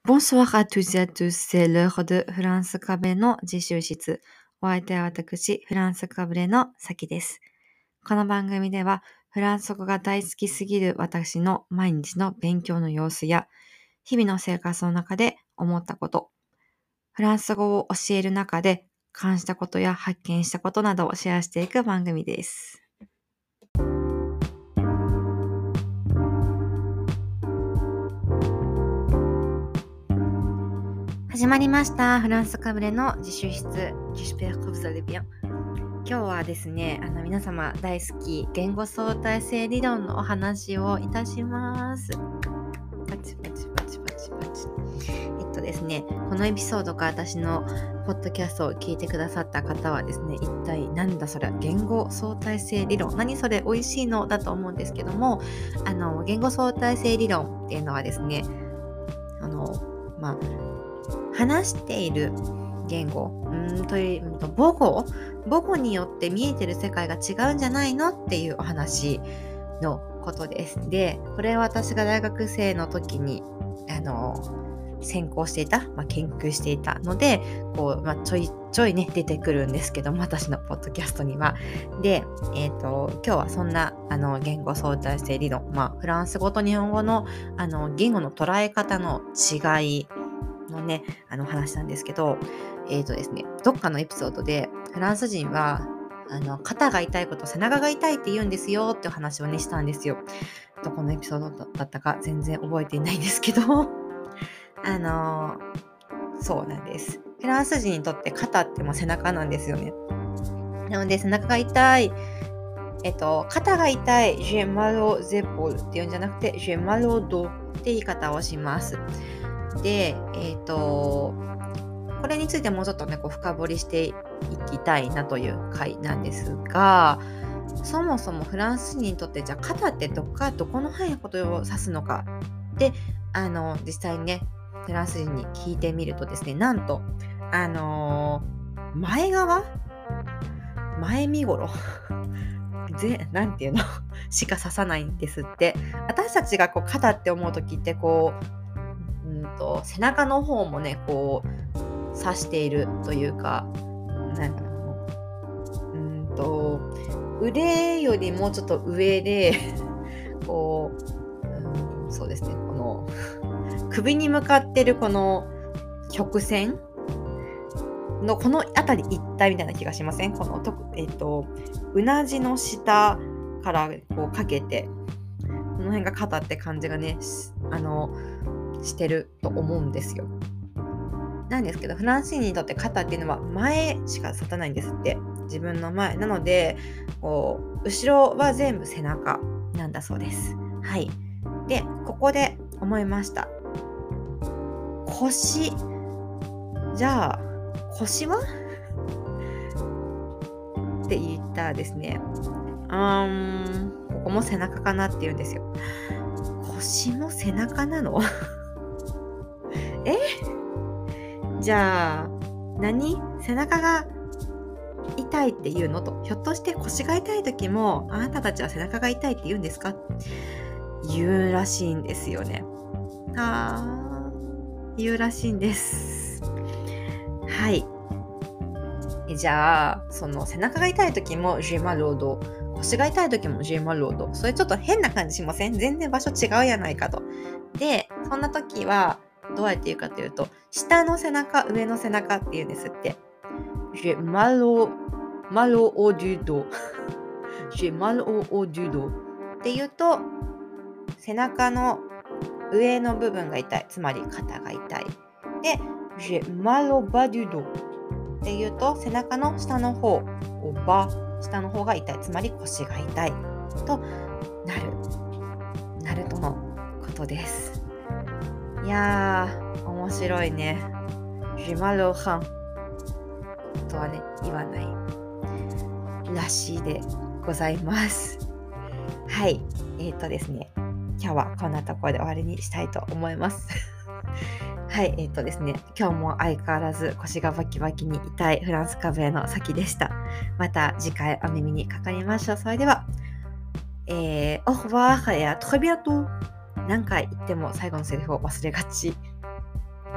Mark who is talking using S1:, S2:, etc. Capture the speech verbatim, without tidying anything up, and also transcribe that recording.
S1: Bonsoir à tous et à tous, c'est l'heure de フランスかぶれの自習室。お相手は私、フランスかぶれのさきです。この番組では、フランス語が大好きすぎる私の毎日の勉強の様子や、日々の生活の中で思ったこと、フランス語を教える中で感じたことや発見したことなどをシェアしていく番組です。始まりました。フランスかぶれの自習室。J'espère que vous allez bien。今日はですね、あの皆様大好き言語相対性理論のお話をいたします。パチパチパチパチパチ。えっとですね、このエピソードから私のポッドキャストを聞いてくださった方はですね、一体なんだそれ、言語相対性理論、何それ美味しいのだと思うんですけども、あの言語相対性理論っていうのはですね、あのまあ話している言語うーんという母語母語によって見えてる世界が違うんじゃないのっていうお話のことです。で、これは私が大学生の時にあの専攻していた、まあ、研究していたのでこう、まあ、ちょいちょいね出てくるんですけども、私のポッドキャストには。で、えーと、今日はそんなあの言語相対性理論、まあ、フランス語と日本語の、あの言語の捉え方の違いのね、あの話なんですけど、えーとですね、どっかのエピソードでフランス人はあの肩が痛いこと背中が痛いって言うんですよってお話をねしたんですよ。どこのエピソードだったか全然覚えていないんですけどあのー、そうなんです。フランス人にとって肩っても背中なんですよね。なので背中が痛い、えっと肩が痛い j'ai mal aux épaules って言うんじゃなくて j'ai mal au dos って言い方をします。で、えっと、これについてもうちょっとね、こう深掘りしていきたいなという回なんですが、そもそもフランス人にとってじゃあ肩ってどっかどこの範囲のことを指すのかで、あの実際にねフランス人に聞いてみるとですね、なんとあのー、前側前身頃ぜなんていうのしか指さないんですって。私たちがこう肩って思う時ってこううんと背中の方もねこう指しているというか、なんかうんと腕よりもうちょっと上でこう、うん、そうですね、この首に向かってるこの曲線のこの辺り一体みたいな気がしません？このとえっとうなじの下からこうかけてこの辺が肩って感じがねあのしてると思うんですよ。なんですけどフランス人にとって肩っていうのは前しか立たないんですって。自分の前なのでこう後ろは全部背中なんだそうです。はい。でここで思いました。腰、じゃあ腰はって言ったらですね、うーんここも背中かなって言うんですよ。腰も背中なのえじゃあ何背中が痛いって言うのと、ひょっとして腰が痛い時もあなたたちは背中が痛いって言うんですか？言うらしいんですよね。あー言うらしいんです。はい。じゃあその背中が痛い時も j'ai mal au dos、 腰が痛い時も j'ai mal au dos、 それちょっと変な感じしません？全然場所違うやないかと。でそんな時はどうやって言うかというと、下の背中上の背中って言うんですって。j'ai mal au mal au haut du dos j'ai mal au haut du dos って言うと背中の上の部分が痛い、つまり肩が痛い。で j'ai mal au bas du dos って言うと背中の下の方、おば下の方が痛い、つまり腰が痛いとなるなるとのことです。いやー面白いね。j'ai mal au reinとはね言わないらしいでございます。はい、えーとですね今日はこんなところで終わりにしたいと思いますはい、えーとですね今日も相変わらず腰がバキバキに痛いフランスかぶれのさきでした。また次回お耳にかかりましょう。それでは、えー、au revoir et à très bientôt。何回言っても最後のセリフを忘れがち。